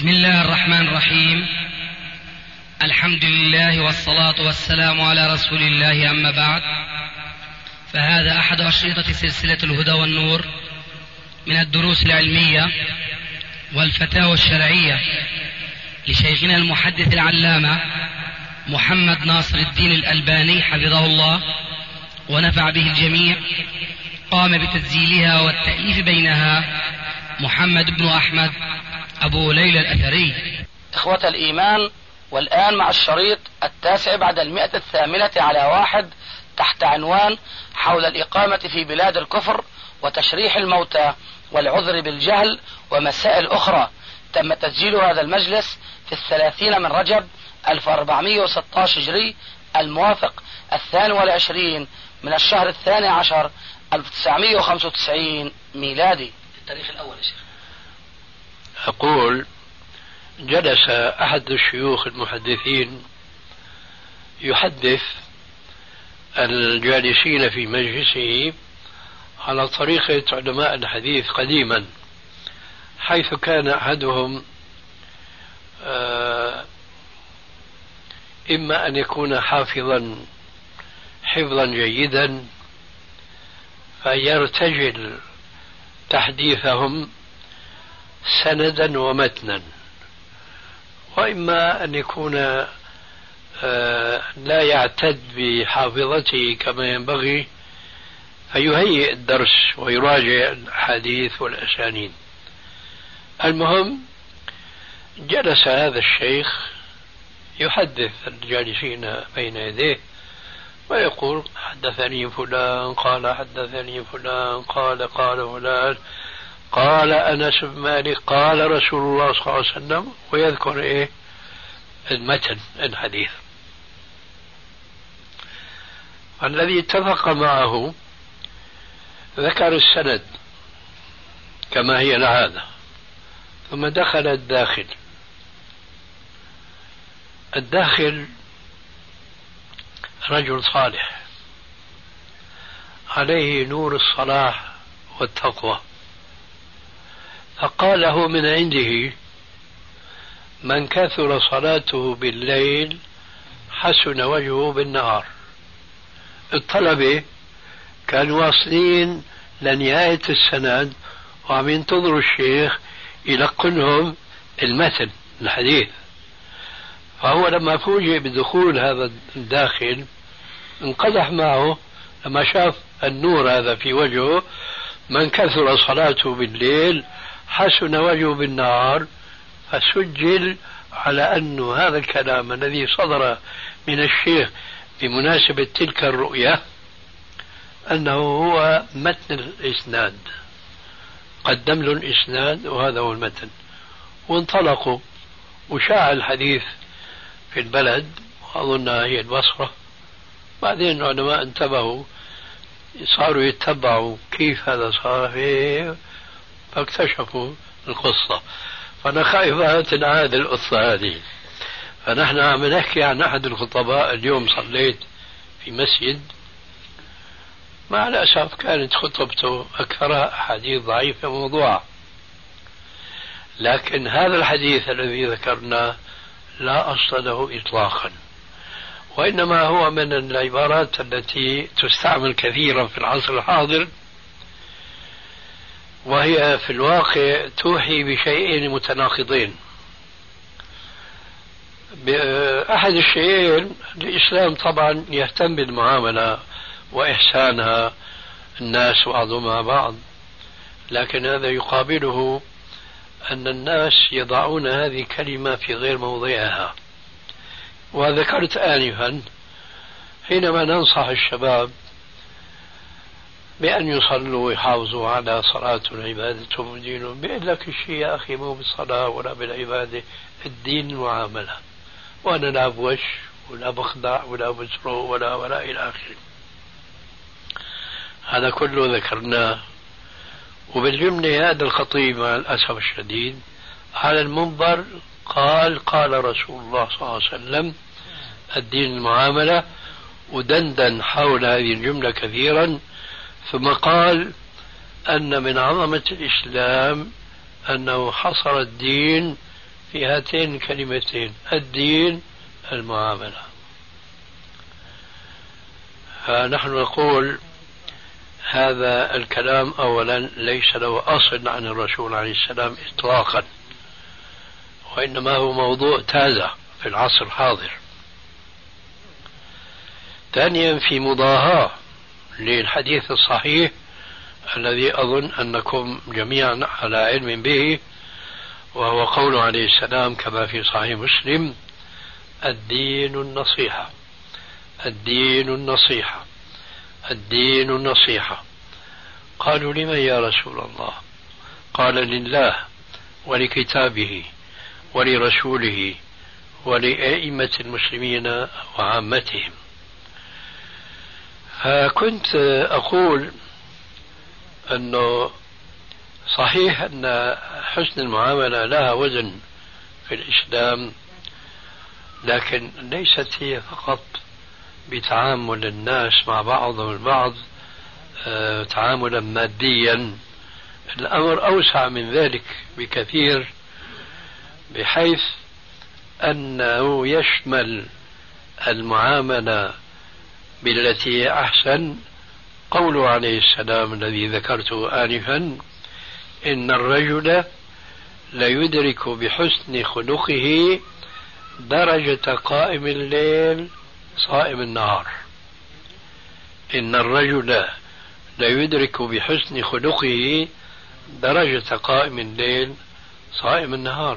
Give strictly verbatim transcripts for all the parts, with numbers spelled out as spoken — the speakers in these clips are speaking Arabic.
بسم الله الرحمن الرحيم. الحمد لله والصلاة والسلام على رسول الله، أما بعد، فهذا أحد أشرطة سلسلة الهدى والنور من الدروس العلمية والفتاوى الشرعية لشيخنا المحدث العلامة محمد ناصر الدين الألباني حفظه الله ونفع به الجميع. قام بتسجيلها والتأليف بينها محمد بن أحمد أبو ليلى الأثري. إخوة الإيمان، والآن مع الشريط التاسع بعد المئة الثامنة على واحد تحت عنوان حول الإقامة في بلاد الكفر وتشريح الموتى والعذر بالجهل ومسائل أخرى. تم تسجيل هذا المجلس في الثلاثين من رجب ألف وأربعمائة وستة عشر هجري، الموافق الثاني والعشرين من الشهر الثاني عشر ألف وتسعمائة وخمسة وتسعين ميلادي. التاريخ الأول يا شيخ. أقول: جلس أحد الشيوخ المحدثين يحدث الجالسين في مجلسه على طريقة علماء الحديث قديما، حيث كان أحدهم إما أن يكون حافظا حفظا جيدا فيرتجل تحديثهم سندا ومتنا، وإما أن يكون لا يعتد بحافظته كما ينبغي فيهيئ الدرس ويراجع الحديث والأسانيد. المهم، جلس هذا الشيخ يحدث الجالسين بين يديه ويقول: حدثني فلان قال حدثني فلان قال قال فلان قال أنس بن مالك قال رسول الله صلى الله عليه وسلم، ويذكر إيه المتن الحديث. الذي اتفق معه ذكر السند كما هي العادة، ثم دخل الداخل. الداخل رجل صالح عليه نور الصلاح والتقوى، فقال له من عنده: من كثر صلاته بالليل حسن وجهه بالنهار. الطلبة كانوا واصلين لنهاية السند وعم ينتظروا الشيخ يلقنهم المتن الحديث، فهو لما فوجئ بدخول هذا الداخل انقدح معه لما شاف النور هذا في وجهه: من كثر صلاته بالليل حسن وجهه بالنهار. فسجل على أن هذا الكلام الذي صدر من الشيخ بمناسبة تلك الرؤية أنه هو متن الإسناد، قدم له الإسناد وهذا هو المتن. وانطلقوا وشاع الحديث في البلد، وأظنها هي البصرة. بعدين العلماء انتبهوا، صاروا يتبعوا كيف هذا صار فيه، فاكتشفوا القصة. فأنا خايف تنعاد القصة هذه. فنحن عم نحكي عن أحد الخطباء. اليوم صليت في مسجد، مع الأسف كانت خطبته أكثرها أحاديث ضعيفة موضوعة، لكن هذا الحديث الذي ذكرناه لا أصل له إطلاقا، وإنما هو من العبارات التي تستعمل كثيرا في العصر الحاضر، وهي في الواقع توحي بشيئين متناقضين. أحد الشيئين، الإسلام طبعا يهتم بالمعاملة وإحسانها الناس بعضهم مع بعض، لكن هذا يقابله أن الناس يضعون هذه الكلمة في غير موضعها. وذكرت آنفا حينما ننصح الشباب بأن يصلوا ويحافظوا على صلاة عبادتهم ودينهم، بيقول لك الشيء يا أخي مو بالصلاة ولا بالعبادة، الدين المعاملة، وأنا لا بوش ولا بخضع ولا بسرق ولا ولا إلى آخره. هذا كله ذكرناه. وبالجملة هذا الخطيب مع الأسف الشديد على المنبر قال: قال رسول الله صلى الله عليه وسلم الدين المعاملة، ودندن حول هذه الجملة كثيرا، ثم قال أن من عظمة الإسلام أنه حصر الدين في هاتين الكلمتين: الدين المعاملة. فنحن نقول هذا الكلام أولا ليس له أصل عن الرسول عليه السلام إطلاقا، وإنما هو موضوع تازة في العصر الحاضر. ثانيا، في مضاهاة للحديث الصحيح الذي أظن أنكم جميعا على علم به، وهو قوله عليه السلام كما في صحيح مسلم: الدين النصيحة، الدين النصيحة، الدين النصيحة. قالوا: لمن يا رسول الله؟ قال: لله ولكتابه ولرسوله ولأئمة المسلمين وعامتهم. فكنت أقول أنه صحيح أن حسن المعاملة لها وزن في الإسلام، لكن ليست هي فقط بتعامل الناس مع بعضهم البعض تعاملا ماديا. الأمر أوسع من ذلك بكثير، بحيث أنه يشمل المعاملة بالتي هي أحسن. قوله عليه السلام الذي ذكرته آنفا: إن الرجل ليدرك بحسن خلقه درجة قائم الليل صائم النهار. إن الرجل ليدرك بحسن خلقه درجة قائم الليل صائم النهار.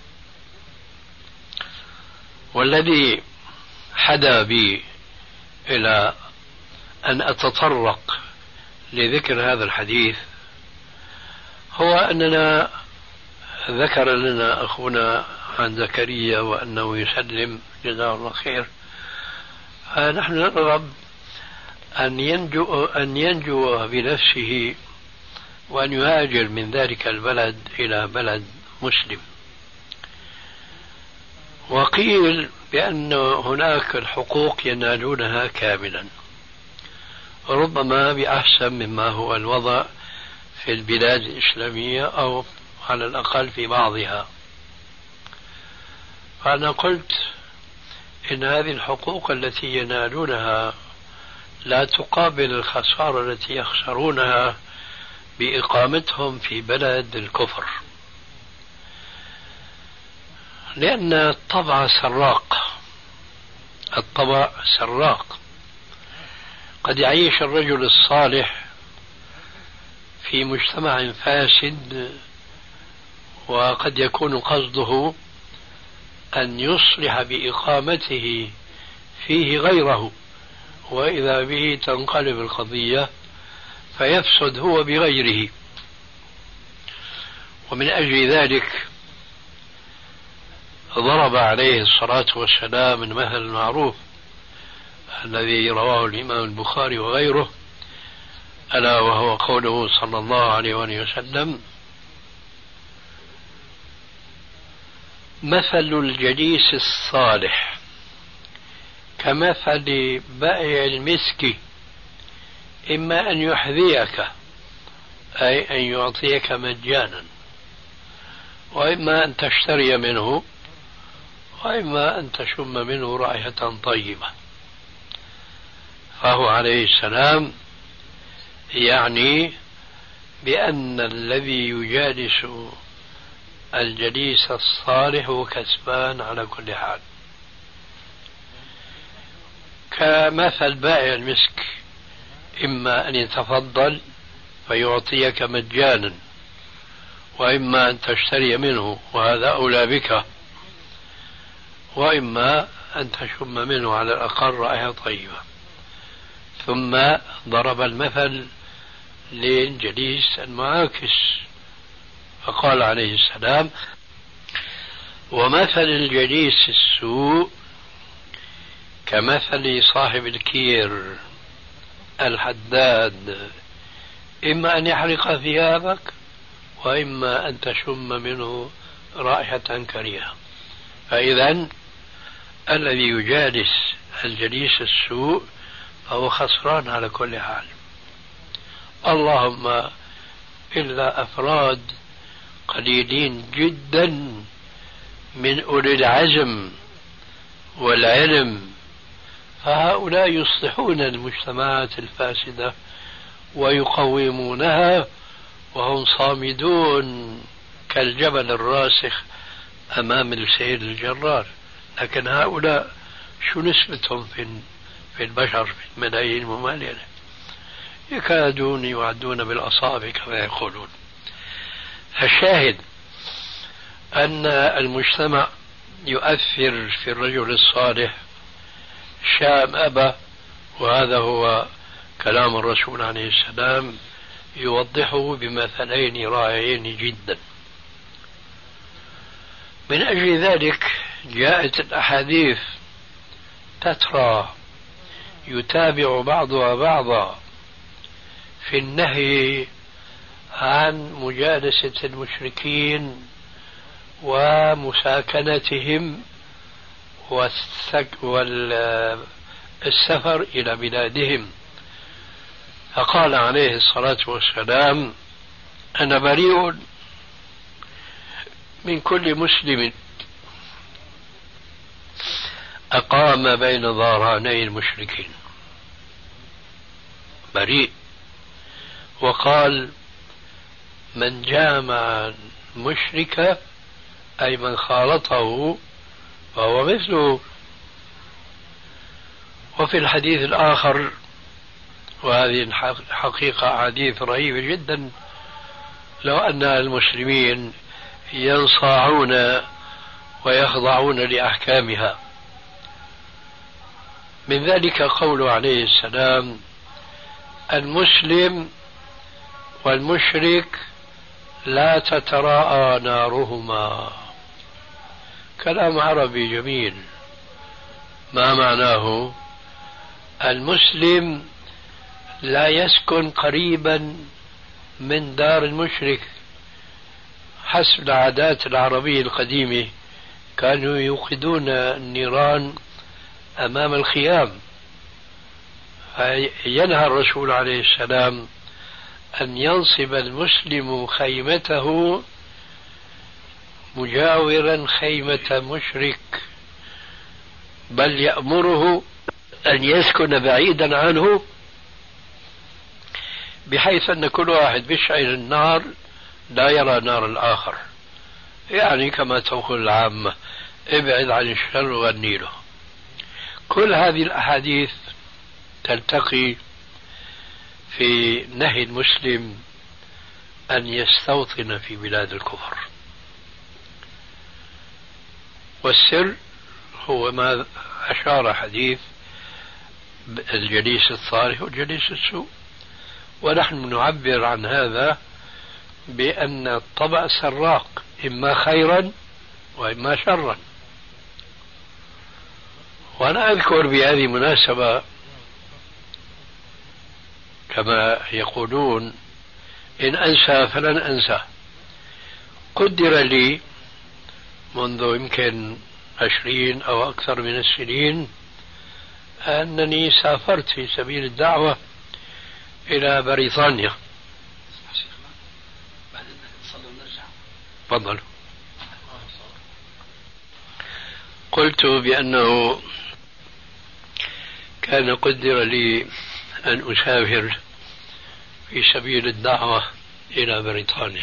والذي حدا بي إلى أن أتطرق لذكر هذا الحديث هو أننا ذكر لنا أخونا عن زكريا وأنه يسلم جزاه الله خير. نحن نرغب أن ينجو, أن ينجو بنفسه وأن يهاجر من ذلك البلد إلى بلد مسلم. وقيل بأن هناك الحقوق ينالونها كاملا، ربما بأحسن مما هو الوضع في البلاد الإسلامية أو على الأقل في بعضها. فأنا قلت إن هذه الحقوق التي ينالونها لا تقابل الخسارة التي يخسرونها بإقامتهم في بلد الكفر، لأن الطبع سراق، الطبع سراق. قد يعيش الرجل الصالح في مجتمع فاسد وقد يكون قصده أن يصلح بإقامته فيه غيره، وإذا به تنقلب القضية فيفسد هو بغيره. ومن أجل ذلك ضرب عليه الصلاة والسلام المثل المعروف الذي رواه الإمام البخاري وغيره، ألا وهو قوله صلى الله عليه وسلم: مثل الجليس الصالح كمثل بائع المسك، إما أن يحذيك أي أن يعطيك مجانا، وإما أن تشتري منه، وإما أن تشم منه رائحة طيبة. فهو عليه السلام يعني بأن الذي يجالس الجليس الصالح هو كسبان على كل حال، كمثل بائع المسك، إما أن يتفضل فيعطيك مجانا، وإما أن تشتري منه وهذا أولى بك، وإما أن تشم منه على الأقل رائحة طيبة. ثم ضرب المثل للجليس المعاكس فقال عليه السلام: ومثل الجليس السوء كمثل صاحب الكير الحداد، إما أن يحرق ثيابك وإما أن تشم منه رائحة كريهة. فإذا الذي يجالس الجليس السوء فهو خسران على كل حال، اللهم إلا أفراد قليلين جدا من أولي العزم والعلم، فهؤلاء يصلحون المجتمعات الفاسدة ويقومونها، وهم صامدون كالجبل الراسخ أمام السيل الجرار. لكن هؤلاء شو نسبتهم في في البشر في الملايين الممالية؟ يكادون يعدون بالأصابع كما يقولون. الشاهد أن المجتمع يؤثر في الرجل الصالح شاء أم أبى، وهذا هو كلام الرسول عليه السلام يوضحه بمثلين رائعين جدا. من أجل ذلك جاءت الأحاديث تترى يتابع بعضها بعضا في النهي عن مجالسة المشركين ومساكنتهم والسفر إلى بلادهم. فقال عليه الصلاة والسلام: أنا بريء من كل مسلم أقام بين ظهراني المشركين. بريء. وقال: من جامع المشرك أي من خالطه فهو مثله. وفي الحديث الآخر، وهذه الحقيقة حديث رهيب جدا، لو أن المسلمين ينصاعون ويخضعون لأحكامها. من ذلك قوله عليه السلام: المسلم والمشرك لا تتراءى نارهما. كلام عربي جميل. ما معناه؟ المسلم لا يسكن قريبا من دار المشرك. حسب العادات العربية القديمة كانوا يوقدون النيران أمام الخيام. ينهى الرسول عليه السلام أن ينصب المسلم خيمته مجاورا خيمة مشرك، بل يأمره أن يسكن بعيدا عنه، بحيث أن كل واحد بيشعل النار لا يرى نار الآخر. يعني كما تقول العامة: ابعد عن الشر وغني له. كل هذه الأحاديث تلتقي في نهي المسلم أن يستوطن في بلاد الكفر. والسر هو ما أشار حديث الجليس الصالح والجليس السوء. ونحن نعبر عن هذا بأن الطبع سراق، إما خيرا وإما شرا. وأنا أذكر بهذه المناسبة كما يقولون: إن أنسى فلن أنسى. قدر لي منذ يمكن عشرين أو أكثر من السنين أنني سافرت في سبيل الدعوة إلى بريطانيا. تفضلوا. قلت بأنه كان قدر لي أن أسافر في سبيل الدعوة إلى بريطانيا،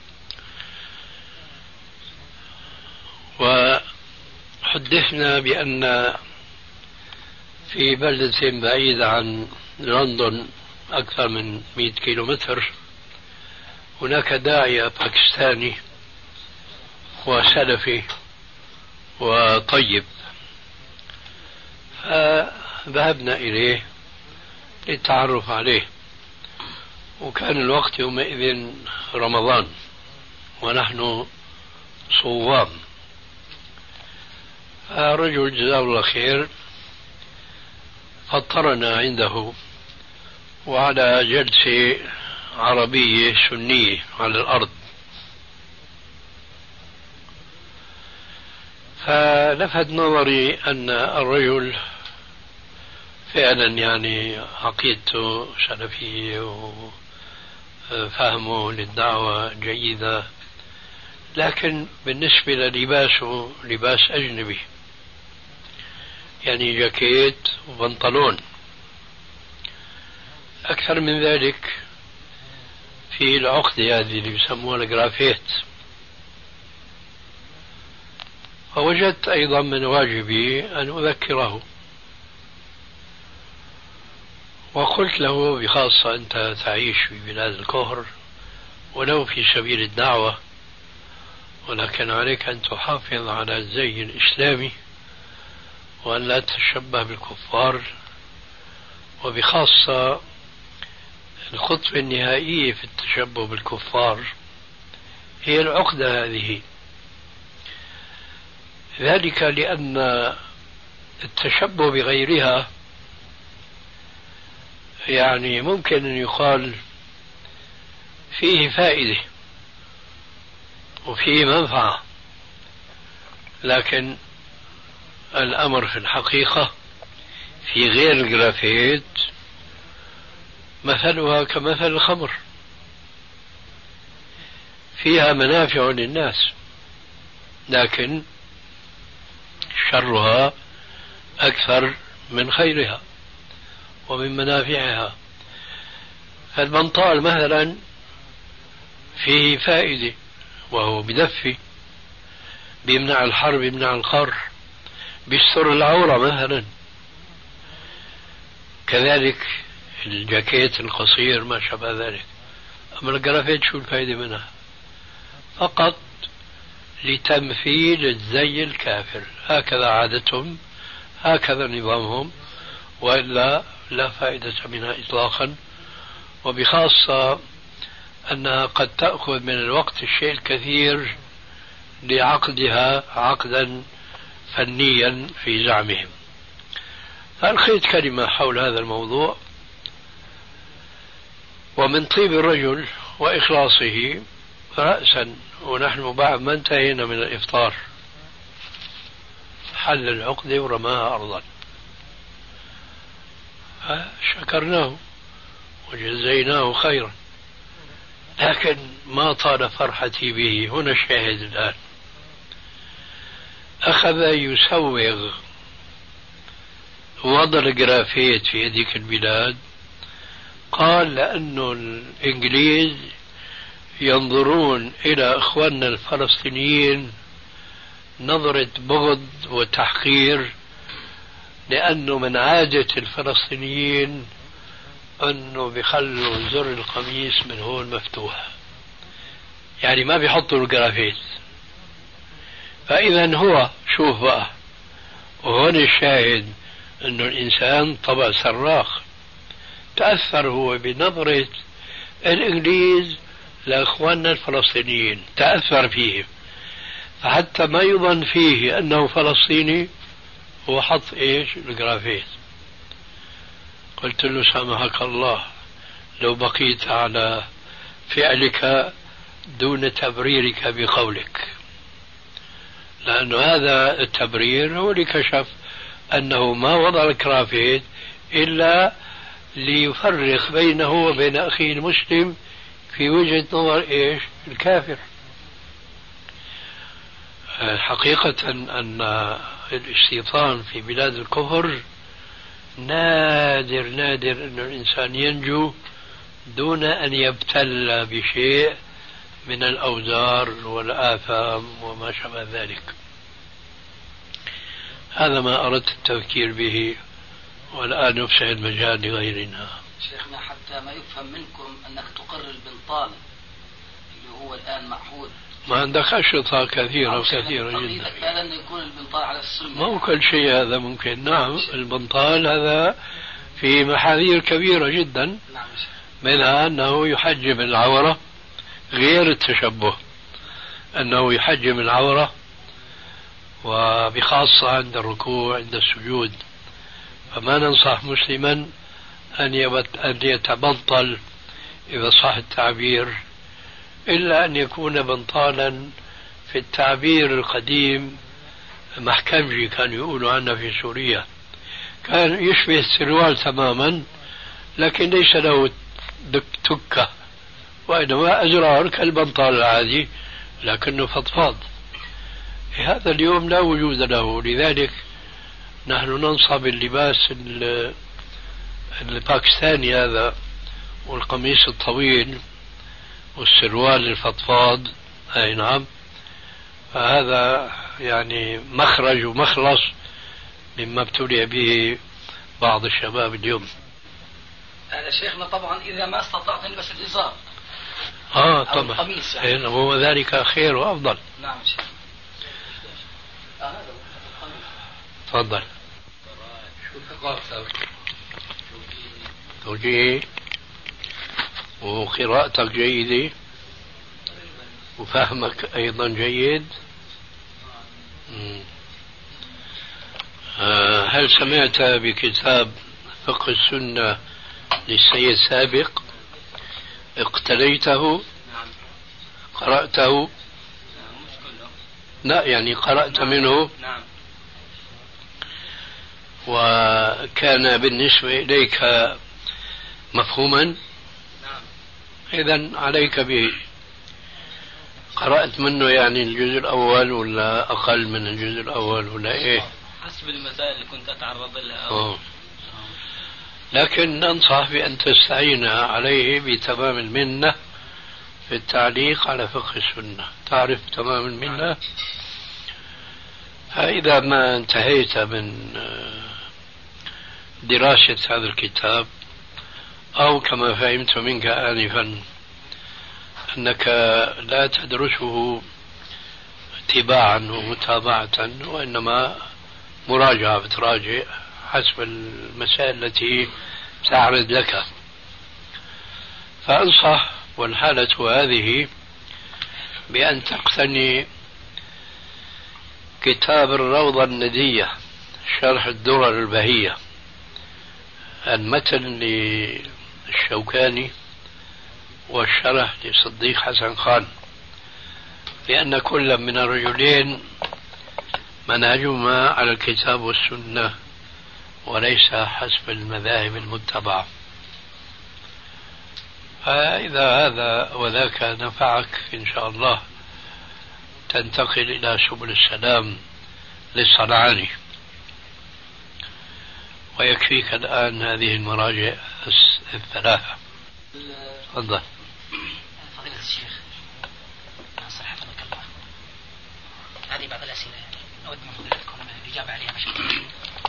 وحدثنا بأن في بلدة بعيدة عن لندن أكثر من مئة كيلومتر هناك داعية باكستاني وسلفي وطيب، فذهبنا إليه للتعرف عليه. وكان الوقت يومئذ رمضان ونحن صوام. رجل جزاه الله خير فطرنا عنده وعلى جلسة عربية سنية على الأرض. فلفت نظري أن الرجل فعلا يعني عقيدته سلفية وفهمه للدعوة جيدة، لكن بالنسبة للباسه لباس أجنبي، يعني جاكيت وبنطلون. أكثر من ذلك في العقدة هذه اللي بيسموها الجرافيت. فوجدت أيضا من واجبي أن أذكره، وقلت له بخاصة أنت تعيش في بلاد الكفر ولو في سبيل الدعوة، ولكن عليك أن تحافظ على الزي الإسلامي وأن لا تتشبه بالكفار، وبخاصة الخطوة النهائية في التشبه بالكفار هي العقدة هذه. ذلك لأن التشبه بغيرها يعني ممكن أن يقال فيه فائدة وفيه منفعة، لكن الأمر في الحقيقة في غير الجرافيت مثلها كمثل الخمر، فيها منافع للناس لكن شرها أكثر من خيرها ومن منافعها. فالبنطال مثلا فيه فائدة وهو بدفي، بيمنع الحر بيمنع القر، بيستر العورة مثلا. كذلك الجاكيت القصير ما شابه ذلك. أما الجرافيت شو الفائدة منها؟ فقط لتمثيل الزي الكافر، هكذا عادتهم، هكذا نظامهم، وإلا لا فائدة منها إطلاقا. وبخاصة أنها قد تأخذ من الوقت الشيء الكثير لعقدها عقدا فنيا في زعمهم. فألقيت كلمة حول هذا الموضوع، ومن طيب الرجل وإخلاصه رأسا ونحن بعد ما انتهينا من الإفطار حل العقدة ورماها أرضا. شكرناه وجزيناه خيرا، لكن ما طال فرحتي به. هنا الشاهد الآن، أخذ يسوغ وضع الجرافيت في هذيك البلاد. قال لأنه الإنجليز ينظرون إلى إخواننا الفلسطينيين نظرة بغض وتحقير، لأنه من عادة الفلسطينيين أنه بيخلوا زر القميص من هون مفتوح، يعني ما بيحطوا الجرافيت. فإذا هو شوف بقى، وهون الشاهد أنه الإنسان طبع صراخ، تأثر هو بنظرة الإنجليز لإخواننا الفلسطينيين، تأثر فيهم، فحتى ما يظن فيه أنه فلسطيني هو حط إيش الجرافيت. قلت له سامحك الله لو بقيت على فعلك دون تبريرك بقولك، لأنه هذا التبرير هو اللي كشف أنه ما وضع الجرافيت إلا ليفرق بينه وبين أخيه المسلم في وجهة نظر إيش الكافر. حقيقة أن الاستيطان في بلاد الكفر نادر نادر أن الإنسان ينجو دون أن يبتل بشيء من الأوزار والآثام وما شابه ذلك. هذا ما أردت التفكير به، والآن نفسح المجال لغيرنا. شيخنا حتى ما يفهم منكم أنك تقر البنطال اللي هو الآن معهود، ما عندك أشرطة كثيرة وكثيرة جدا. لا أن يكون البنطال على السنة، ما هو كل شيء هذا ممكن. نعم البنطال هذا في محاذير كبيرة جدا، منها أنه يحجم العورة، غير التشبه أنه يحجم العورة، وبخاصة عند الركوع عند السجود. فما ننصح مسلما أن يتبنطل إذا صح التعبير، إلا أن يكون بنطالا في التعبير القديم محكمجي كانوا يقولوا عنه في سوريا، كان يشبه السروال تماما لكن ليس له تكة، وإنما أزرار كالبنطال العادي لكنه فضفاض. هذا اليوم لا وجود له، لذلك نحن ننصب اللباس الباكستاني هذا والقميص الطويل والسروال الفضفاض. أي نعم، فهذا يعني مخرج ومخلص مما ابتلي به بعض الشباب اليوم. هذا شيخنا طبعا إذا ما استطعت أن نلبس الإزار آه طبعا القميص يعني. هو ذلك خير وأفضل. نعم شيخ. تفضل. شو ثقافتك؟ توجيهي وقراءتك جيدة وفهمك أيضا جيد. آه هل سمعت بكتاب فقه السنة للسيد سابق؟ اقتليته؟ قرأته؟ لا يعني قرأت منه؟ نعم. وكان بالنسبة إليك مفهوما؟ نعم. إذن عليك به. قرأت منه يعني الجزء الأول ولا أقل من الجزء الأول ولا إيه؟ حسب المسائل اللي كنت أتعرض لها. أوه. لكن ننصح بأن تستعين عليه بتمام المنة في التعليق على فقه السنة. تعرف تمام المنة؟ فإذا ما انتهيت من دراسة هذا الكتاب، أو كما فهمت منك آنفا أنك لا تدرسه اتباعا ومتابعة وإنما مراجعة، بتراجع حسب المسائل التي تعرض لك، فأنصح والحالة هذه بأن تقتني كتاب الروضة الندية شرح الدرر البهية، المتن للشوكاني والشرح لصديق حسن خان، لأن كل من الرجلين منهجهما على الكتاب والسنة وليس حسب المذاهب المتبعة. فإذا هذا وذاك نفعك إن شاء الله تنتقل إلى سبل السلام للصنعاني، ويكفيك الآن هذه المراجع الثلاثة. تفضل. فضيلة الشيخ ناصر حفظك الله، هذه بعض الأسئلة أود من فضيلتكم الإجابة عليها مشكورة.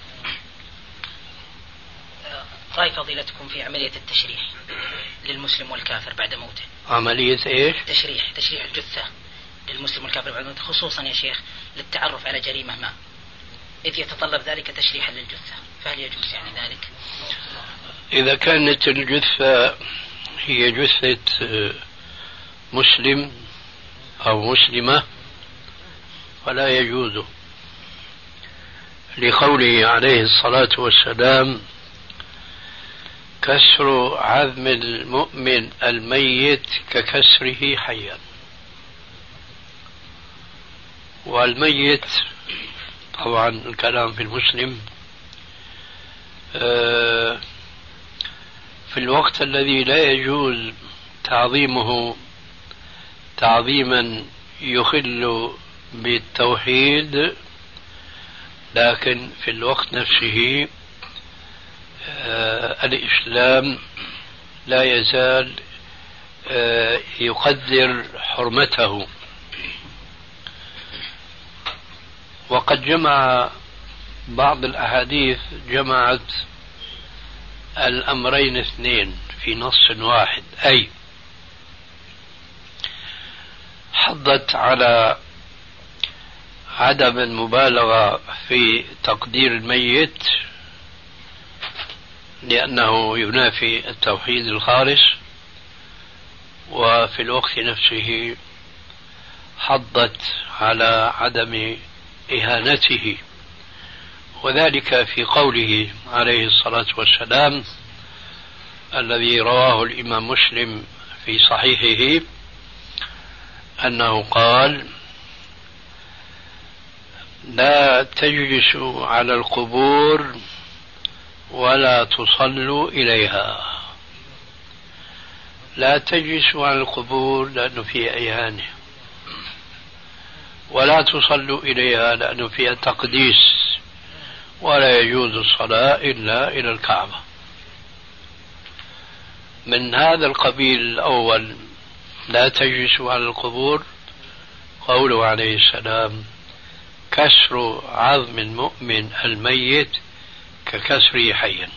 رأي فضيلتكم في عملية التشريح للمسلم والكافر بعد موته. عملية إيش؟ تشريح تشريح الجثة للمسلم والكافر بعد موته، خصوصا يا شيخ للتعرف على جريمة ما، إذ يتطلب ذلك تشريحا للجثة، فهل يجوز يعني ذلك؟ إذا كانت الجثة هي جثة مسلم أو مسلمة فلا يجوز، لقوله عليه الصلاة والسلام: كسر عظم المؤمن الميت ككسره حيا. والميت طبعا الكلام في المسلم في الوقت الذي لا يجوز تعظيمه تعظيما يخل بالتوحيد، لكن في الوقت نفسه آه الإسلام لا يزال آه يقدر حرمته. وقد جمع بعض الأحاديث جمعت الأمرين اثنين في نص واحد، أي حضت على عدم المبالغة في تقدير الميت لأنه ينافي التوحيد الخالص، وفي الوقت نفسه حضت على عدم إهانته، وذلك في قوله عليه الصلاة والسلام الذي رواه الإمام مسلم في صحيحه أنه قال: لا تجلسوا على القبور ولا تصلوا إليها. لا تجلسوا على القبور لأنه في إهانة، ولا تصلوا إليها لأنه فيها تقديس، ولا يجوز الصلاة إلا إلى الكعبة. من هذا القبيل الأول لا تجلسوا على القبور قوله عليه السلام: كسر عظم المؤمن الميت ككسره حيا.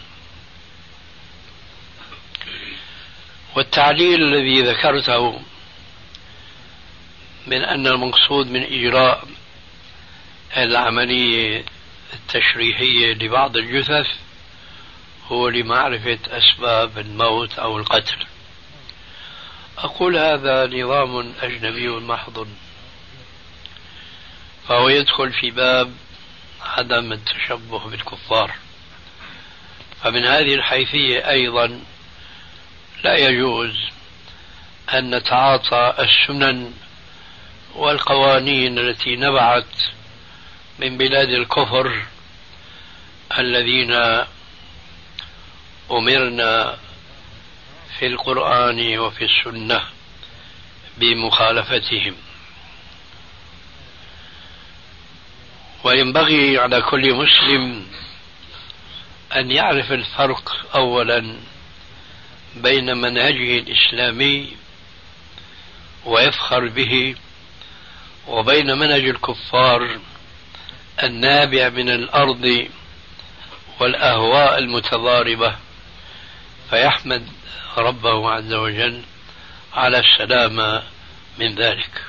والتعليل الذي ذكرته من أن المقصود من إجراء العملية التشريحية لبعض الجثث هو لمعرفة أسباب الموت أو القتل. أقول هذا نظام أجنبي محض، فهو يدخل في باب عدم التشبه بالكفار. فمن هذه الحيثية أيضا لا يجوز أن نتعاطى السنن والقوانين التي نبعت من بلاد الكفر الذين أمرنا في القرآن وفي السنة بمخالفتهم. وينبغي على كل مسلم أن يعرف الفرق أولا بين منهجه الإسلامي ويفخر به وبين منهج الكفار النابع من الأرض والأهواء المتضاربة، فيحمد ربه عز وجل على السلامة من ذلك.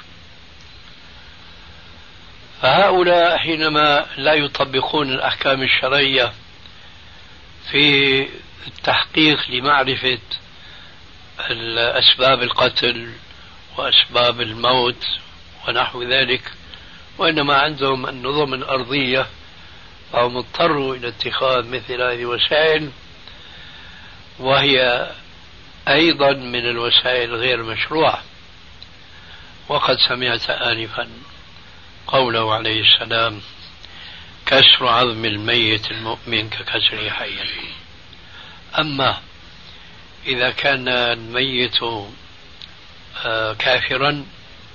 فهؤلاء حينما لا يطبقون الأحكام الشرعية في التحقيق لمعرفة أسباب القتل وأسباب الموت ونحو ذلك، وإنما عندهم النظم الأرضية، فهم اضطروا إلى اتخاذ مثل هذه الوسائل، وهي أيضا من الوسائل غير مشروعة. وقد سمعت آنفا قوله عليه السلام: كسر عظم الميت المؤمن ككسره حيا. أما إذا كان الميت كافرا،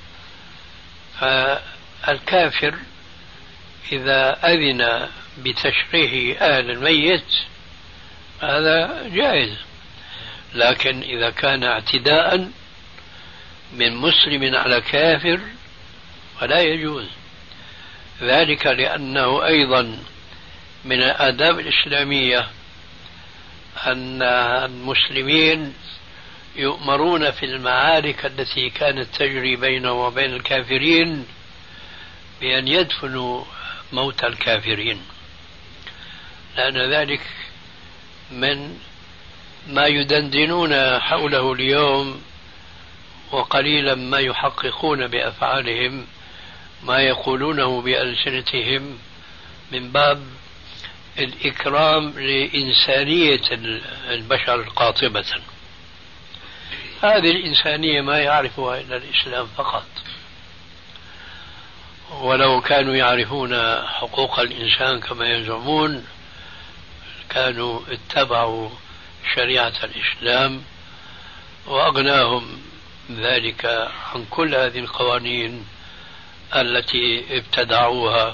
فالكافر إذا أذن بتشريح أهل الميت هذا جائز، لكن إذا كان اعتداء من مسلم على كافر فلا يجوز ذلك، لأنه أيضا من الآداب الإسلامية أن المسلمين يؤمرون في المعارك التي كانت تجري بينهم وبين الكافرين بأن يدفنوا موت الكافرين، لأن ذلك من ما يدندنون حوله اليوم، وقليلا ما يحققون بأفعالهم ما يقولونه بألسنتهم من باب الإكرام لإنسانية البشر قاطبة. هذه الإنسانية ما يعرفها إلا الإسلام فقط، ولو كانوا يعرفون حقوق الإنسان كما يزعمون كانوا اتبعوا شريعة الإسلام وأغناهم ذلك عن كل هذه القوانين التي ابتدعوها.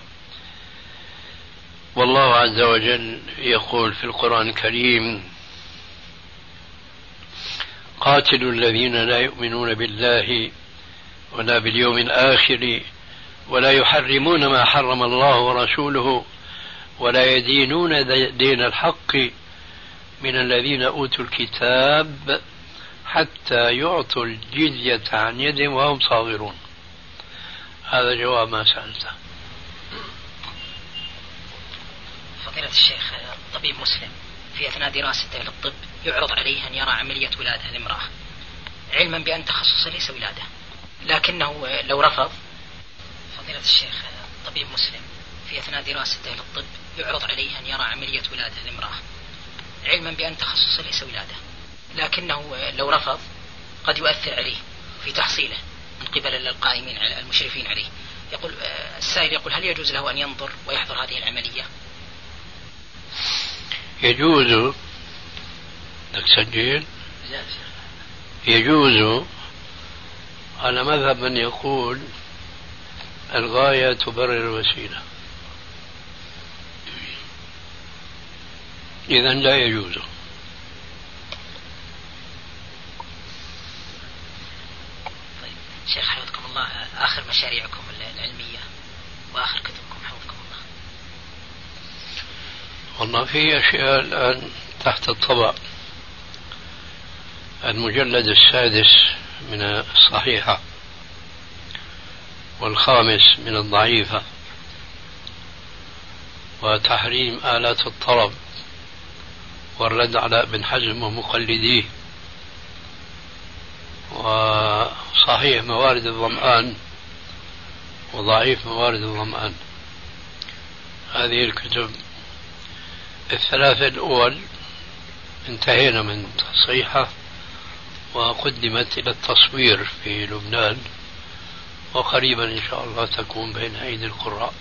والله عز وجل يقول في القرآن الكريم: قاتلوا الذين لا يؤمنون بالله ولا باليوم الآخر ولا يحرمون ما حرم الله ورسوله ولا يدينون دين الحق من الذين أوتوا الكتاب حتى يعطوا الجزية عن يد وهم صاغرون. هذا جواب ما سألته. فضيلة الشيخ، طبيب مسلم في أثناء دراسته للطب يعرض عليه أن يرى عملية ولادة لامرأة علما بأن تخصصه ليس ولادة، لكنه لو رفض. فضيلة الشيخ، طبيب مسلم في أثناء دراسته للطب يعرض عليه أن يرى عملية ولادة لامرأة علما بأن تخصصه ليس ولادة، لكنه لو رفض قد يؤثر عليه في تحصيله من قبل القائمين على المشرفين عليه. يقول السائل يقول: هل يجوز له أن ينظر ويحضر هذه العملية؟ يجوز لك سجل يجوز على مذهب من يقول الغاية تبرر الوسيلة، إذن لا يجوز. طيب شيخ حفظكم الله، آخر مشاريعكم العلمية وآخر كتبكم حفظكم الله؟ والله في أشياء الآن تحت الطبع. المجلد السادس من الصحيحة والخامس من الضعيفة وتحريم آلات الطرب والرد على ابن حزم ومقلديه وصحيح موارد الظمآن وضعيف موارد الظمآن. هذه الكتب الثلاثة الأول انتهينا من تصحيحها وقدمت إلى التصوير في لبنان، وقريبا إن شاء الله تكون بين أيدي القراء.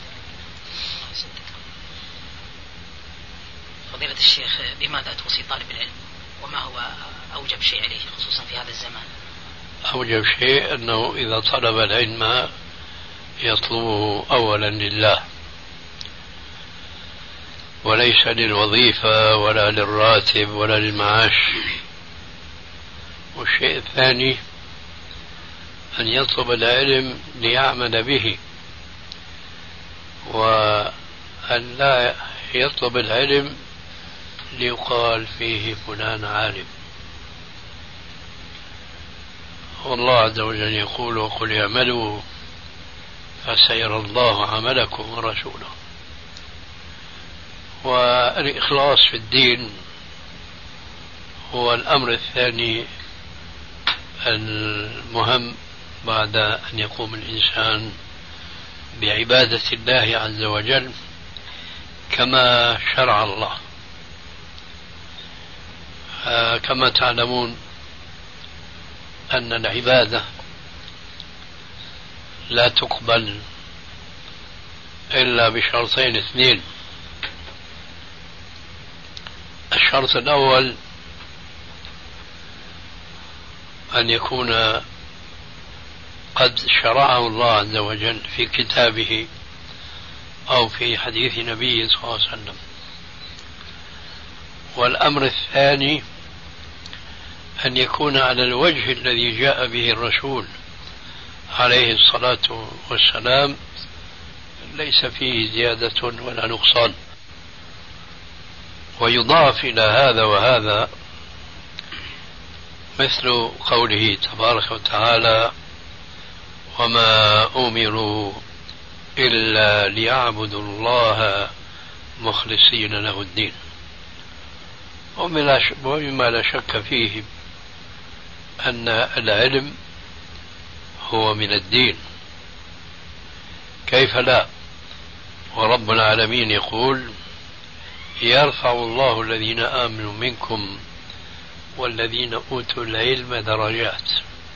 فضيلة الشيخ، بماذا توصي طالب العلم؟ وما هو أوجب شيء عليه خصوصا في هذا الزمان؟ أوجب شيء أنه إذا طلب العلم يطلبه أولا لله وليس للوظيفة ولا للراتب ولا للمعاش. والشيء الثاني أن يطلب العلم ليعمل به، وأن لا يطلب العلم ليقال فيه فلان عالم. والله عز وجل يقول: وقل اعملوا فسيرى الله عملكم ورسوله. والإخلاص في الدين هو الأمر الثاني المهم بعد أن يقوم الإنسان بعبادة الله عز وجل كما شرع الله. كما تعلمون أن العبادة لا تقبل إلا بشرطين اثنين. الشرط الأول أن يكون قد شرعه الله عز وجل في كتابه أو في حديث نبيه صلى الله عليه وسلم. والأمر الثاني أن يكون على الوجه الذي جاء به الرسول عليه الصلاة والسلام، ليس فيه زيادة ولا نقصان. ويضاف إلى هذا وهذا مثل قوله تبارك وتعالى: وما أمروا إلا ليعبدوا الله مخلصين له الدين. ومما لا شك فيه أن العلم هو من الدين، كيف لا؟ ورب العالمين يقول: يرفع الله الذين آمنوا منكم والذين أوتوا العلم درجات.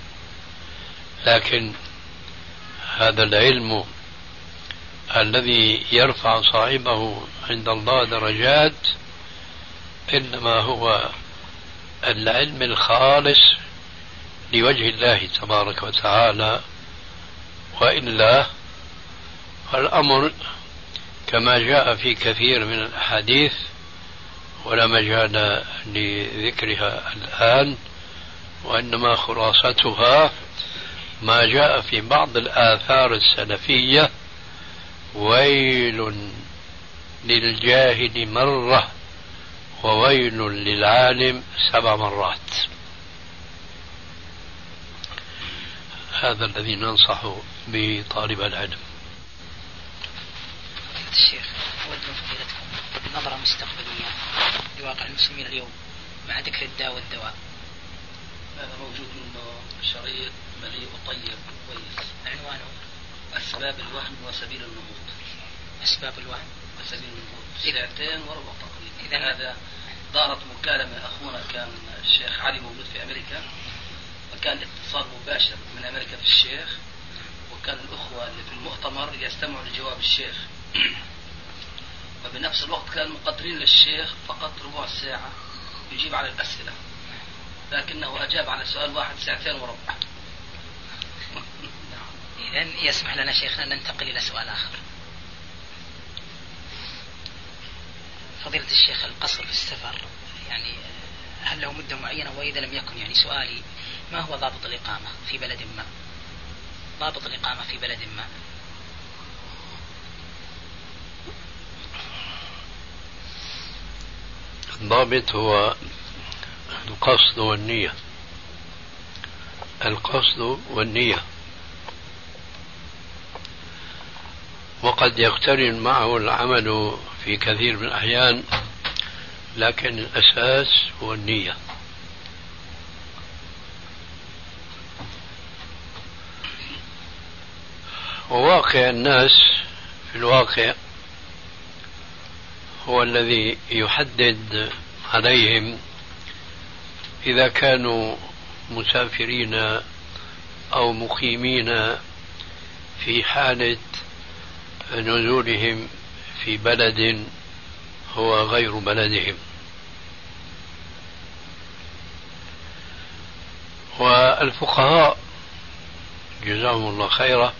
لكن هذا العلم الذي يرفع صاحبه عند الله درجات إنما هو العلم الخالص لوجه الله تبارك وتعالى، وإلا فالأمر كما جاء في كثير من الأحاديث ولا مجال لذكرها الآن، وإنما خلاصتها ما جاء في بعض الآثار السلفية: ويل للجاهل مرة وويل للعالم سبع مرات. هذا الذي ننصح به طالب العلم. الشيخ، أود من فضيلتكم نظرة مستقبلية لواقع المسلمين اليوم مع ذكر الداء والدواء. هذا موجود منه شريط مليء وطيب كويس، عنوانه أسباب الوهن وسبيل النهوض. أسباب الوهن وسبيل النهوض، ساعتين وربع تقريبا. إذا هذا دارت مكالمة، أخونا كان الشيخ علي موجود في أمريكا، وكان اتصال مباشر من أمريكا في الشيخ، وكان الأخوة اللي في المؤتمر يستمعوا لجواب الشيخ، وبنفس الوقت كانوا مقدرين للشيخ فقط ربع ساعة يجيب على الأسئلة، لكنه أجاب على سؤال واحد ساعتين وربع. إذن يسمح لنا شيخنا أن ننتقل إلى سؤال آخر. فضيلة الشيخ، القصر في السفر يعني هل له مدة معينة؟ وإذا لم يكن يعني سؤالي ما هو ضابط الإقامة في بلد ما؟ ضابط الإقامة في بلد ما. الضابط هو القصد والنية. القصد والنية، وقد يقترن معه العمل في كثير من الأحيان، لكن الأساس هو النية. وواقع الناس في الواقع هو الذي يحدد عليهم إذا كانوا مسافرين أو مقيمين في حالة نزولهم في بلد هو غير بلدهم. والفقهاء جزاهم الله خيرا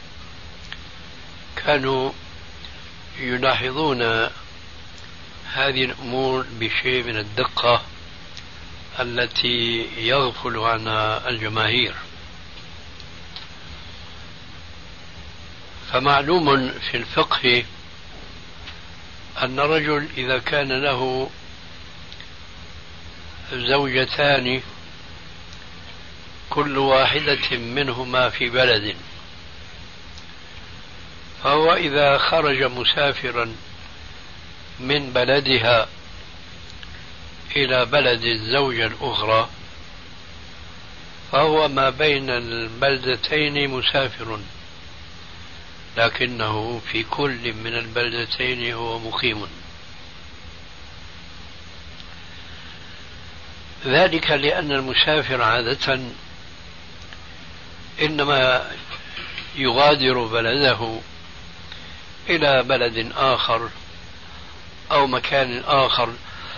كانوا يلاحظون هذه الأمور بشيء من الدقة التي يغفل عنها الجماهير. فمعلوم في الفقه أن الرجل إذا كان له زوجتان كل واحدة منهما في بلد، فهو إذا خرج مسافرا من بلدها إلى بلد الزوجة الأخرى فهو ما بين البلدتين مسافر، لكنه في كل من البلدتين هو مقيم. ذلك لأن المسافر عادة إنما يغادر بلده إلى بلد آخر أو مكان آخر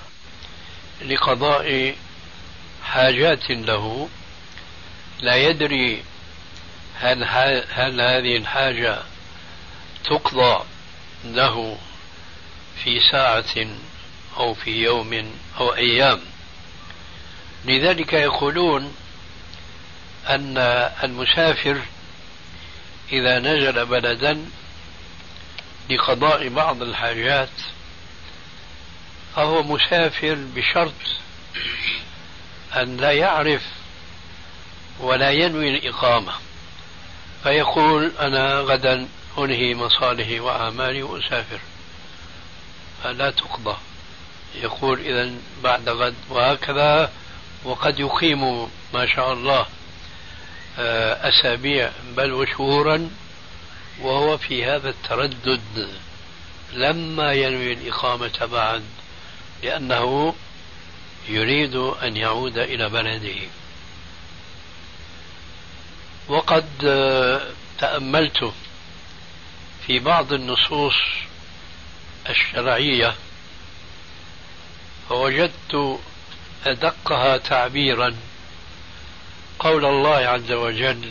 لقضاء حاجات له، لا يدري هل, هل هذه الحاجة تقضى له في ساعة أو في يوم أو أيام. لذلك يقولون أن المسافر إذا نزل بلدا لقضاء بعض الحاجات فهو مسافر بشرط أن لا يعرف ولا ينوي الإقامة، فيقول أنا غدا أنهي مصالحي وأعمالي وأسافر، فلا تقضى. يقول إذن بعد غد، وهكذا. وقد يقيم ما شاء الله أسابيع بل وشهورا وهو في هذا التردد لما ينوي الإقامة بعد، لأنه يريد أن يعود إلى بلده. وقد تأملت في بعض النصوص الشرعية فوجدت أدقها تعبيرا قول الله عز وجل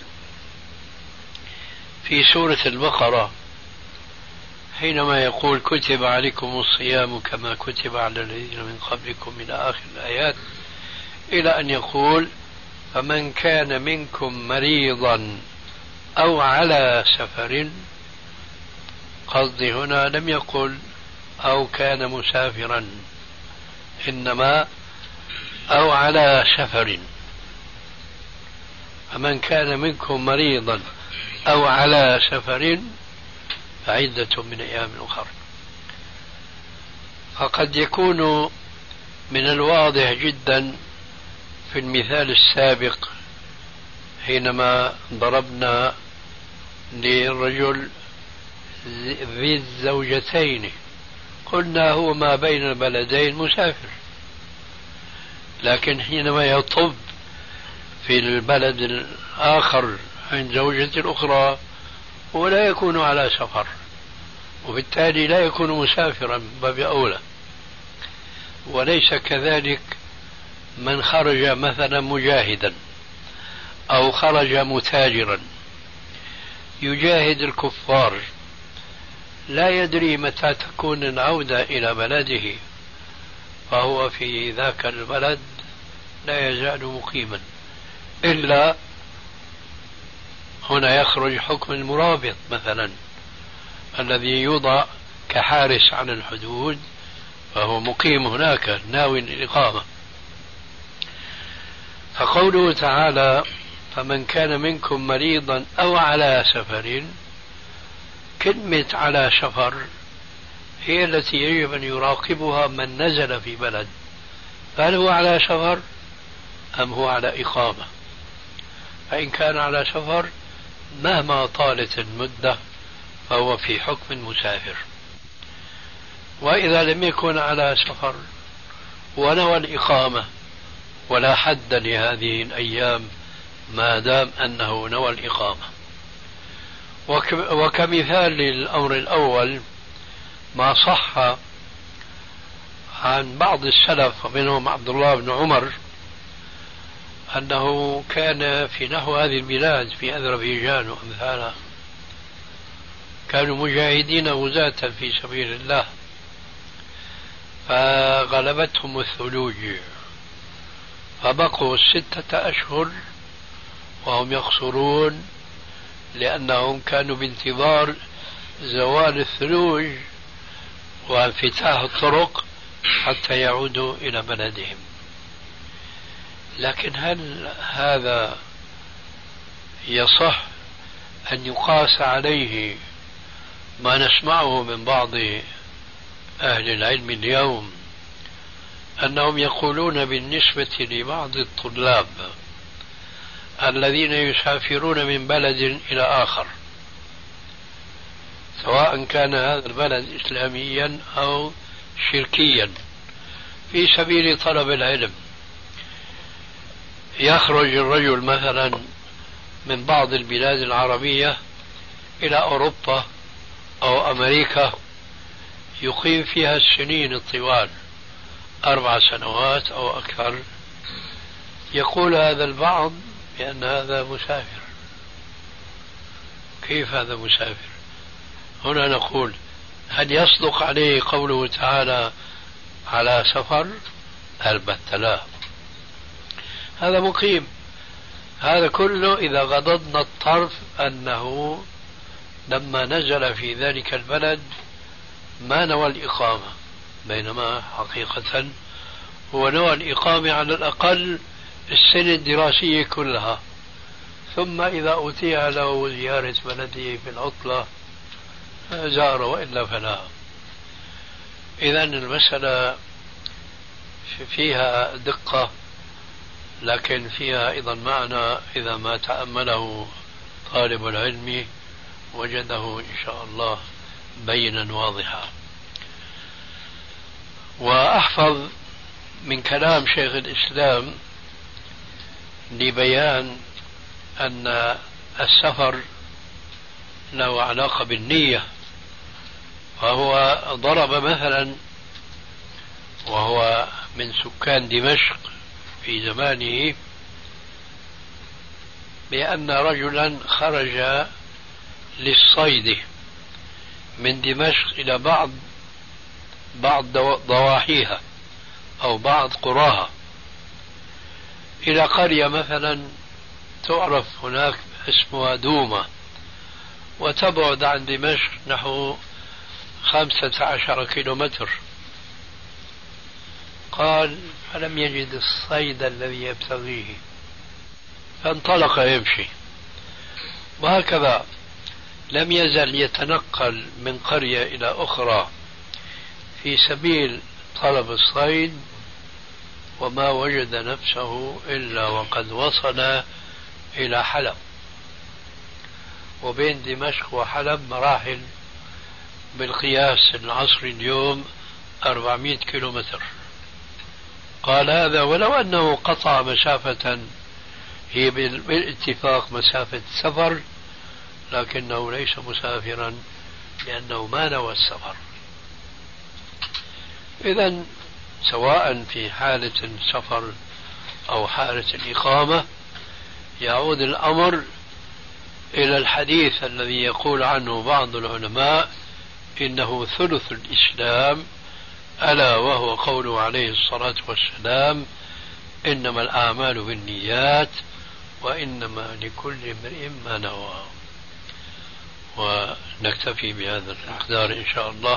في سورة البقرة حينما يقول كتب عليكم الصيام كما كتب على الذين من قبلكم إلى آخر الآيات، إلى أن يقول فمن كان منكم مريضا أو على سفر. قصدي هنا لم يقل أو كان مسافرا، إنما أو على سفر. فمن كان منكم مريضا أو على سفر فعدة من أيام أخرى. فقد يكون من الواضح جدا في المثال السابق حينما ضربنا للرجل ذي الزوجتين قلنا هو ما بين البلدين مسافر، لكن حينما يطب في البلد الآخر عند زوجة الأخرى هو لا يكون على سفر، وبالتالي لا يكون مسافرا باب أولى. وليس كذلك من خرج مثلا مجاهدا أو خرج متاجرا، يجاهد الكفار لا يدري متى تكون العودة إلى بلده، فهو في ذاك البلد لا يزال مقيما، إلا هنا يخرج حكم المرابط مثلا الذي يوضع كحارس عن الحدود، فهو مقيم هناك ناوي الإقامة. فقوله تعالى فمن كان منكم مريضا أو على سفر، كلمة على سفر هي التي يجب أن يراقبها من نزل في بلد، هل هو على سفر أم هو على إقامة؟ فإن كان على سفر مهما طالت المدة فهو في حكم المسافر، وإذا لم يكن على سفر ونوى الإقامة ولا حد لهذه الأيام ما دام أنه نوى الإقامة. وكمثال للأمر الأول ما صح عن بعض السلف ومنهم عبد الله بن عمر أنه كان في نحو هذه البلاد في أذربيجان وأمثالها كانوا مجاهدين غزاة في سبيل الله، فغلبتهم الثلوج فبقوا ستة أشهر وهم يقصرون، لأنهم كانوا بانتظار زوال الثلوج وانفتاح الطرق حتى يعودوا إلى بلدهم. لكن هل هذا يصح أن يقاس عليه ما نسمعه من بعض أهل العلم اليوم أنهم يقولون بالنسبة لبعض الطلاب الذين يسافرون من بلد إلى آخر، سواء كان هذا البلد إسلاميا أو شركيا، في سبيل طلب العلم، يخرج الرجل مثلا من بعض البلاد العربية إلى أوروبا أو أمريكا يقيم فيها السنين الطوال أربع سنوات أو أكثر، يقول هذا البعض بأن هذا مسافر. كيف هذا مسافر؟ هنا نقول هل يصدق عليه قوله تعالى على سفر؟ البتة لا، هذا مقيم. هذا كله إذا غضضنا الطرف أنه لما نزل في ذلك البلد ما نوى الإقامة، بينما حقيقة هو نوى الإقامة على الأقل السنة الدراسية كلها، ثم إذا أتيح له زيارة بلده في العطلة زار، وإلا فلا. إذن المسألة فيها دقة، لكن فيها أيضا معنى إذا ما تأمله طالب العلم وجده إن شاء الله بينا واضحا. وأحفظ من كلام شيخ الإسلام لبيان أن السفر له علاقة بالنية، فهو ضرب مثلا وهو من سكان دمشق في زمانه بأن رجلا خرج للصيد من دمشق إلى بعض بعض ضواحيها أو بعض قراها، إلى قرية مثلا تعرف هناك اسمها دومة، وتبعد عن دمشق نحو خمسة عشر كيلومتر. قال فلم يجد الصيد الذي يبتغيه فانطلق يمشي، وهكذا لم يزل يتنقل من قرية إلى أخرى في سبيل طلب الصيد، وما وجد نفسه إلا وقد وصل إلى حلب، وبين دمشق وحلب مراحل بالقياس العصري اليوم أربعمائة كيلومتر. قال هذا ولو أنه قطع مسافة هي بالاتفاق مسافة سفر، لكنه ليس مسافرا لأنه ما نوى السفر. إذن سواء في حالة السفر أو حالة الإقامة يعود الأمر إلى الحديث الذي يقول عنه بعض العلماء إنه ثلث الإسلام، ألا وهو قوله عليه الصلاة والسلام: إنما الأعمال بالنيات وإنما لكل امرئ ما نوى. ونكتفي بهذا المقدار إن شاء الله،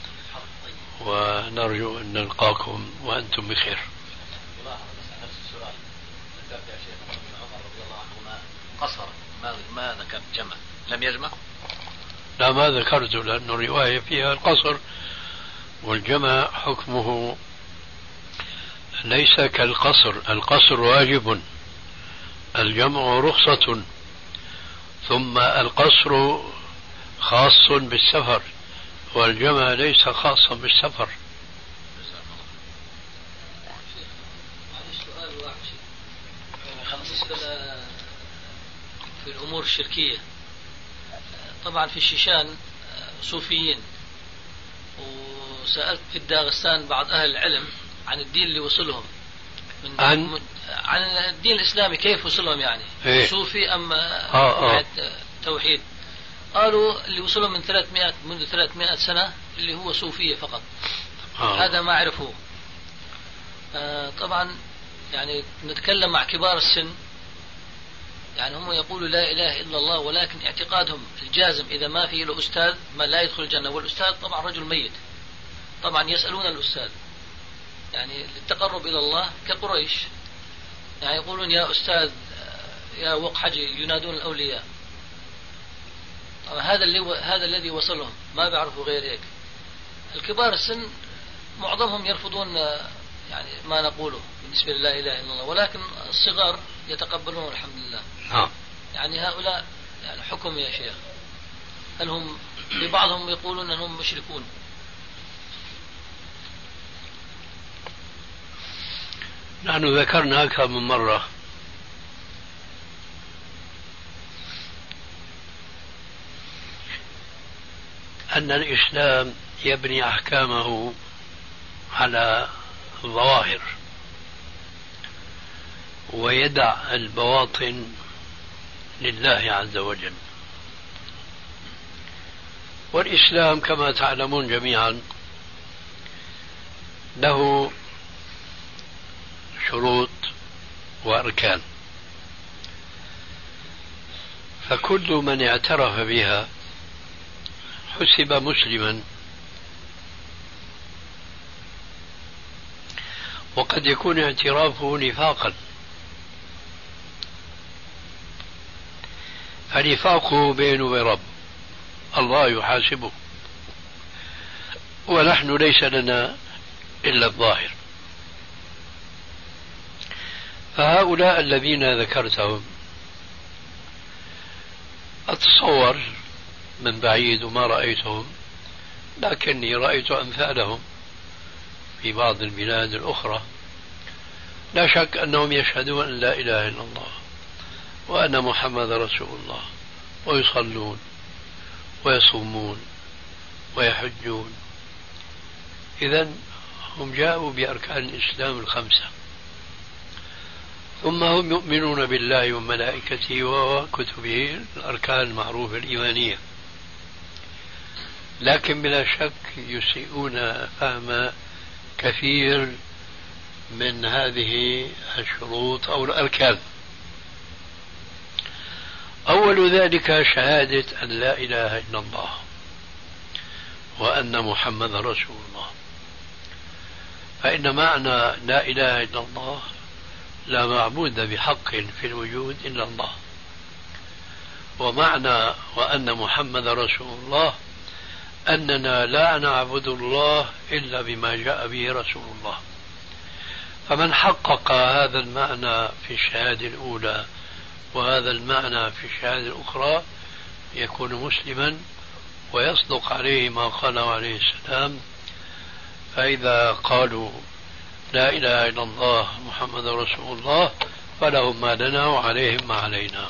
ونرجو أن نلقاكم وأنتم بخير. قصر ما ما ذكر جمع، لم يجمع؟ لا، ما ذكرته، لأن الرواية فيها القصر، والجمع حكمه ليس كالقصر. القصر واجب، الجمع رخصة، ثم القصر خاص بالسفر، والجمع ليس خاصا بالسفر. في الأمور الشركية، طبعا في الشيشان صوفيين، وسألت في داغستان بعض أهل العلم عن الدين اللي وصلهم من عن عن الدين الإسلامي كيف وصلهم، يعني إيه؟ صوفي أم آه آه. توحيد. قالوا اللي وصلهم من ثلاثمائة منذ ثلاثمائة سنة اللي هو صوفية فقط. آه. هذا ما عرفوه. آه طبعا يعني نتكلم مع كبار السن، يعني هم يقولوا لا إله إلا الله، ولكن اعتقادهم الجازم إذا ما في له أستاذ ما لا يدخل الجنة، والأستاذ طبعا رجل ميت. طبعا يسألون الأستاذ يعني للتقرب إلى الله كقريش، يعني يقولون يا أستاذ يا وقحجي، ينادون الأولياء. طبعا هذا اللي هذا الذي وصلهم، ما بيعرفوا غير هيك. الكبار السن معظمهم يرفضون يعني ما نقوله بالنسبة للا إله إلا الله، ولكن الصغار يتقبلون الحمد لله. آه. يعني هؤلاء يعني حكم يا شيخ، هل هم في بعضهم يقولون أنهم مشركون؟ نحن ذكرنا أكثر من مرة أن الإسلام يبني أحكامه على الظواهر ويدع البواطن لله عز وجل. والإسلام كما تعلمون جميعا له شروط وأركان، فكل من اعترف بها حسب مسلما، وقد يكون اعترافه نفاقا، فنفاقه بينه وبين رب الله يحاسبه، ونحن ليس لنا إلا الظاهر. فهؤلاء الذين ذكرتهم أتصور من بعيد وما رأيتهم، لكني رأيت أمثالهم في بعض البلاد الأخرى، لا شك أنهم يشهدون أن لا إله إلا الله وأن محمد رسول الله، ويصلون ويصومون ويحجون. إذن هم جاءوا بأركان الإسلام الخمسة، ثم هم يؤمنون بالله وملائكته وكتبه، الأركان المعروفة الإيمانية، لكن بلا شك يسيئون فهم كثير من هذه الشروط أو الأركان. أول ذلك شهادة أن لا إله إلا الله وأن محمد رسول الله. فإن معنى لا إله إلا الله لا معبود بحق في الوجود إلا الله، ومعنى وأن محمد رسول الله أننا لا نعبد الله إلا بما جاء به رسول الله. فمن حقق هذا المعنى في الشهادة الأولى وهذا المعنى في الشهادة الأخرى يكون مسلما، ويصدق عليه ما قاله عليه السلام. فإذا قالوا لا إله إلا الله محمد رسول الله فلهم ما لنا وعليهم ما علينا.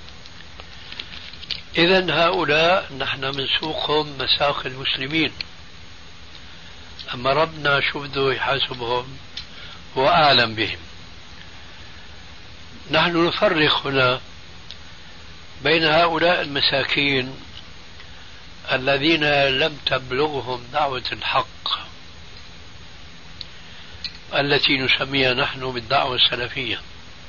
إذن هؤلاء نحن منسوقهم مساق المسلمين، أما ربنا شو بده يحاسبهم هو أعلم بهم. نحن نفرق هنا بين هؤلاء المساكين الذين لم تبلغهم دعوة الحق التي نسميها نحن بالدعوة السلفية،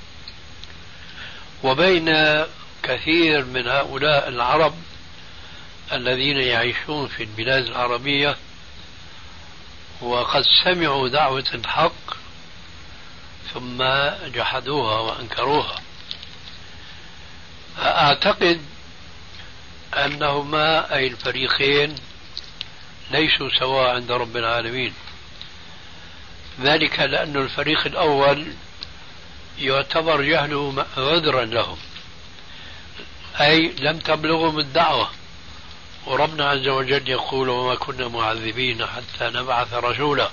وبين كثير من هؤلاء العرب الذين يعيشون في البلاد العربية وقد سمعوا دعوة الحق ثم جحدوها وأنكروها. أعتقد أنهما أي الفريقين ليسوا سواء عند رب العالمين، ذلك لأن الفريق الأول يعتبر جهله عذرا لهم، أي لم تبلغهم الدعوة، وربنا عز وجل يقول وما كنا معذبين حتى نبعث رسولا.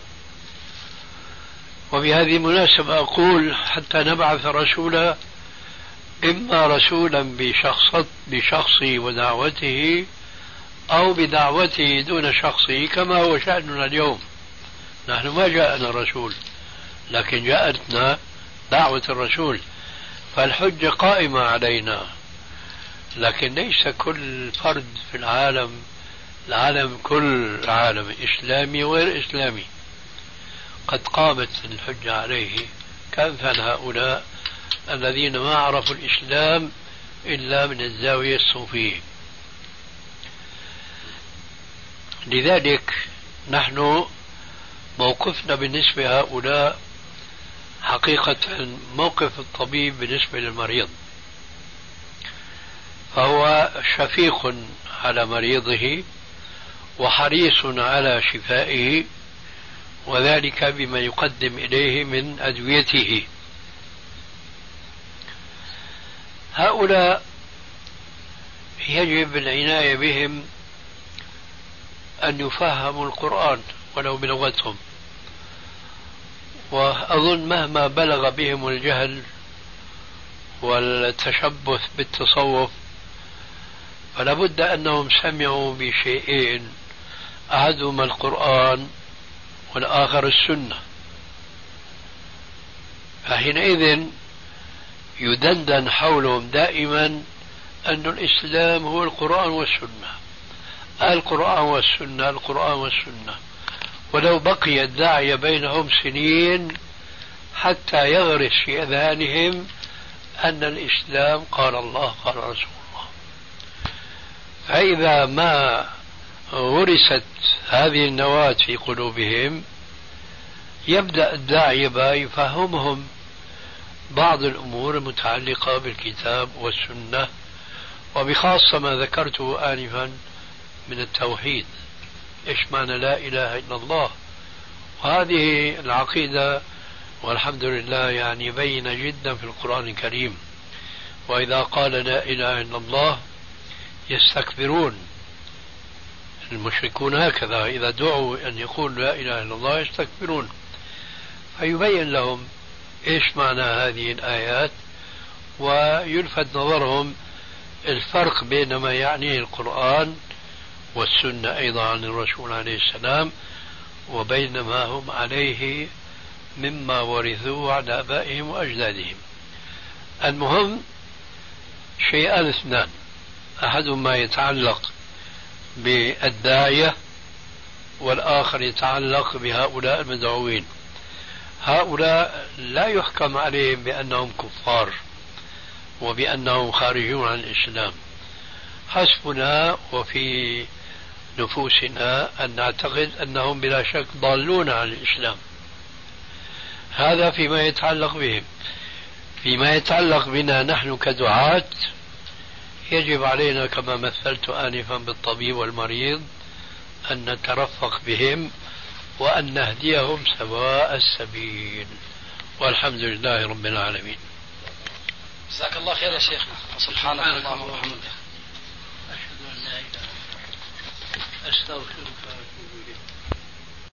وبهذه المناسبة أقول حتى نبعث رسولا، إما رسولا بشخص بشخصه ودعوته أو بدعوته دون شخصه كما هو شأننا اليوم. نحن ما جاءنا رسول لكن جاءتنا دعوة الرسول، فالحجة قائمة علينا، لكن ليس كل فرد في العالم العالم كل عالم إسلامي وغير إسلامي قد قامت الحجة عليه كأمثال هؤلاء الذين ما عرفوا الإسلام إلا من الزاوية الصوفية. لذلك نحن موقفنا بالنسبة لهؤلاء حقيقة موقف الطبيب بالنسبة للمريض، فهو شفيق على مريضه وحريص على شفائه، وذلك بما يقدم إليه من أدويته. هؤلاء يجب العناية بهم أن يفهموا القرآن ولو بلغتهم، وأظن مهما بلغ بهم الجهل والتشبث بالتصوف فلا بد أنهم سمعوا بشيئين، أحدهما القرآن والآخر السنة، فحينئذ يدندن حولهم دائما أن الإسلام هو القرآن والسنة، القرآن والسنة القرآن والسنة، ولو بقي الداعية بينهم سنين حتى يغرس في أذهانهم أن الإسلام قال الله قال رسول الله. فإذا ما غرست هذه النواة في قلوبهم يبدأ الداعية يفهمهم بعض الأمور المتعلقة بالكتاب والسنة، وبخاصة ما ذكرته آنفا من التوحيد، إيش معنى لا إله إلا الله. وهذه العقيدة والحمد لله يعني بينة جدا في القرآن الكريم، وإذا قال لا إله إلا الله يستكبرون المشركون، هكذا إذا دعوا أن يقول لا إله إلا الله يستكبرون، فيبين لهم إيش معنى هذه الآيات ويلفت نظرهم الفرق بين ما يعنيه القرآن والسنة أيضا عن الرسول عليه السلام وبين ما هم عليه مما ورثوه عن آبائهم وأجدادهم. المهم شيئان اثنان، أحدهما يتعلق بالداعية والآخر يتعلق بهؤلاء المدعوين. هؤلاء لا يحكم عليهم بأنهم كفار وبأنهم خارجون عن الإسلام، حسبنا وفي نفوسنا أن نعتقد أنهم بلا شك ضالون عن الإسلام. هذا فيما يتعلق بهم. فيما يتعلق بنا نحن كدعاة يجب علينا كما مثلت آنفا بالطبيب والمريض أن نترفق بهم وأن نهديهم سواء السبيل، والحمد لله رب العالمين. جزاك الله خير يا شيخنا، سبحانك اللهم وبحمدك، أشهد أن لا إله إلا أنت أستغفرك وأتوب إليك.